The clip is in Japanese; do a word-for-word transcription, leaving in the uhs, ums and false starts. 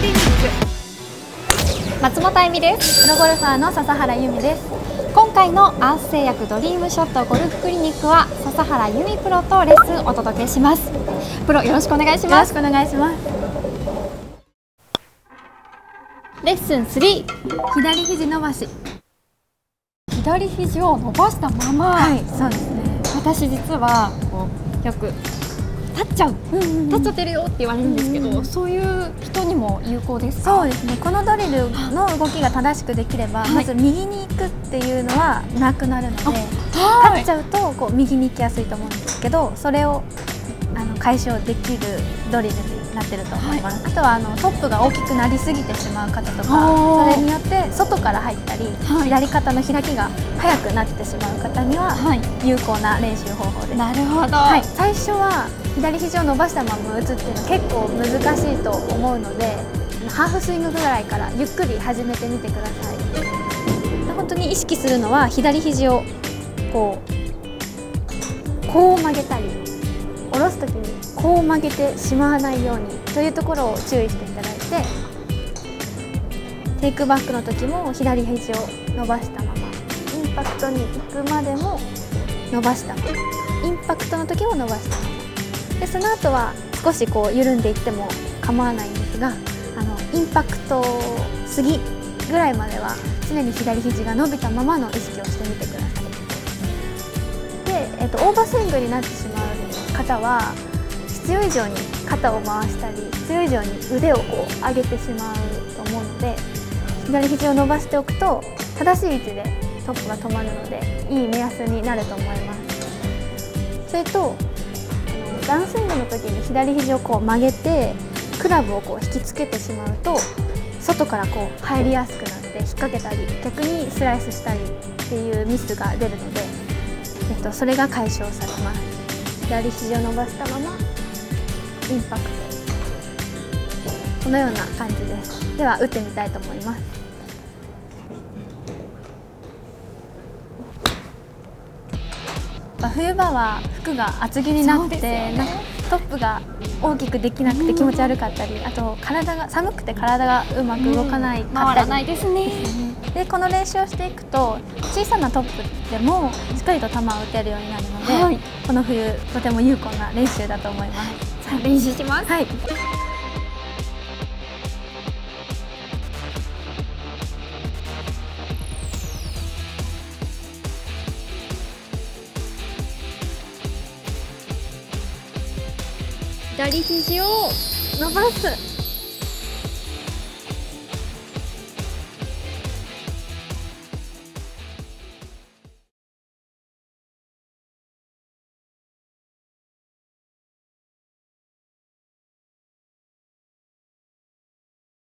リニック。松本あゆみです。 プロゴルファーの笹原由美です。 今回のアース製薬ドリームショットゴルフクリニックは笹原由美プロとレッスンをお届けします。プロよろしくお願いします。 よろしくお願いします。 レッスンスリー、 左肘伸ばし。 左肘を伸ばしたまま、 はい、そうですね。 私実はこうよく立っちゃう、 うんうんうん、 立っちゃってるよって言われるんですけど、うんうん、そういう人にも有効ですか？ そうですね。このドリルの動きが正しくできれば、はい、まず右に行くっていうのはなくなるので、はい、立っちゃうとこう右に行きやすいと思うんですけど、それをあの解消できるドリルになってると思います。はい、あとはあのトップが大きくなりすぎてしまう方とか、それによって外から入ったり、はい、左肩の開きが速くなってしまう方には有効な練習方法です。 なるほど。 はい、最初は左肘を伸ばしたまま打つっていうのは結構難しいと思うので、ハーフスイングぐらいからゆっくり始めてみてください。本当に意識するのは左肘をこうこう曲げたり下ろす時にこう曲げてしまわないようにというところを注意していただいて、テイクバックの時も左肘を伸ばしたまま、インパクトに行くまでも伸ばしたまま、インパクトの時も伸ばしたままで、その後は少しこう緩んでいっても構わないんですが、あのインパクト過ぎぐらいまでは常に左肘が伸びたままの意識をしてみてください。で、えっと、オーバースイングになってしまう方は必要以上に肩を回したり、必要以上に腕をこう上げてしまうと思うので、左肘を伸ばしておくと正しい位置でトップが止まるのでいい目安になると思います。それとダウンスイングの時に左肘をこう曲げてクラブをこう引きつけてしまうと外からこう入りやすくなって引っ掛けたり逆にスライスしたりっていうミスが出るので、えっと、それが解消されます。左肘を伸ばしたままインパクト、このような感じです。では打ってみたいと思います。冬場は服が厚着になって、ね、トップが大きくできなくて気持ち悪かったり、あと体が寒くて体がうまく動かないかったり、 回らないですね。 でこの練習をしていくと小さなトップでもしっかりと球を打てるようになるので、はい、この冬とても有効な練習だと思います。 さあ練習します。 はい。 左肘を伸ばす。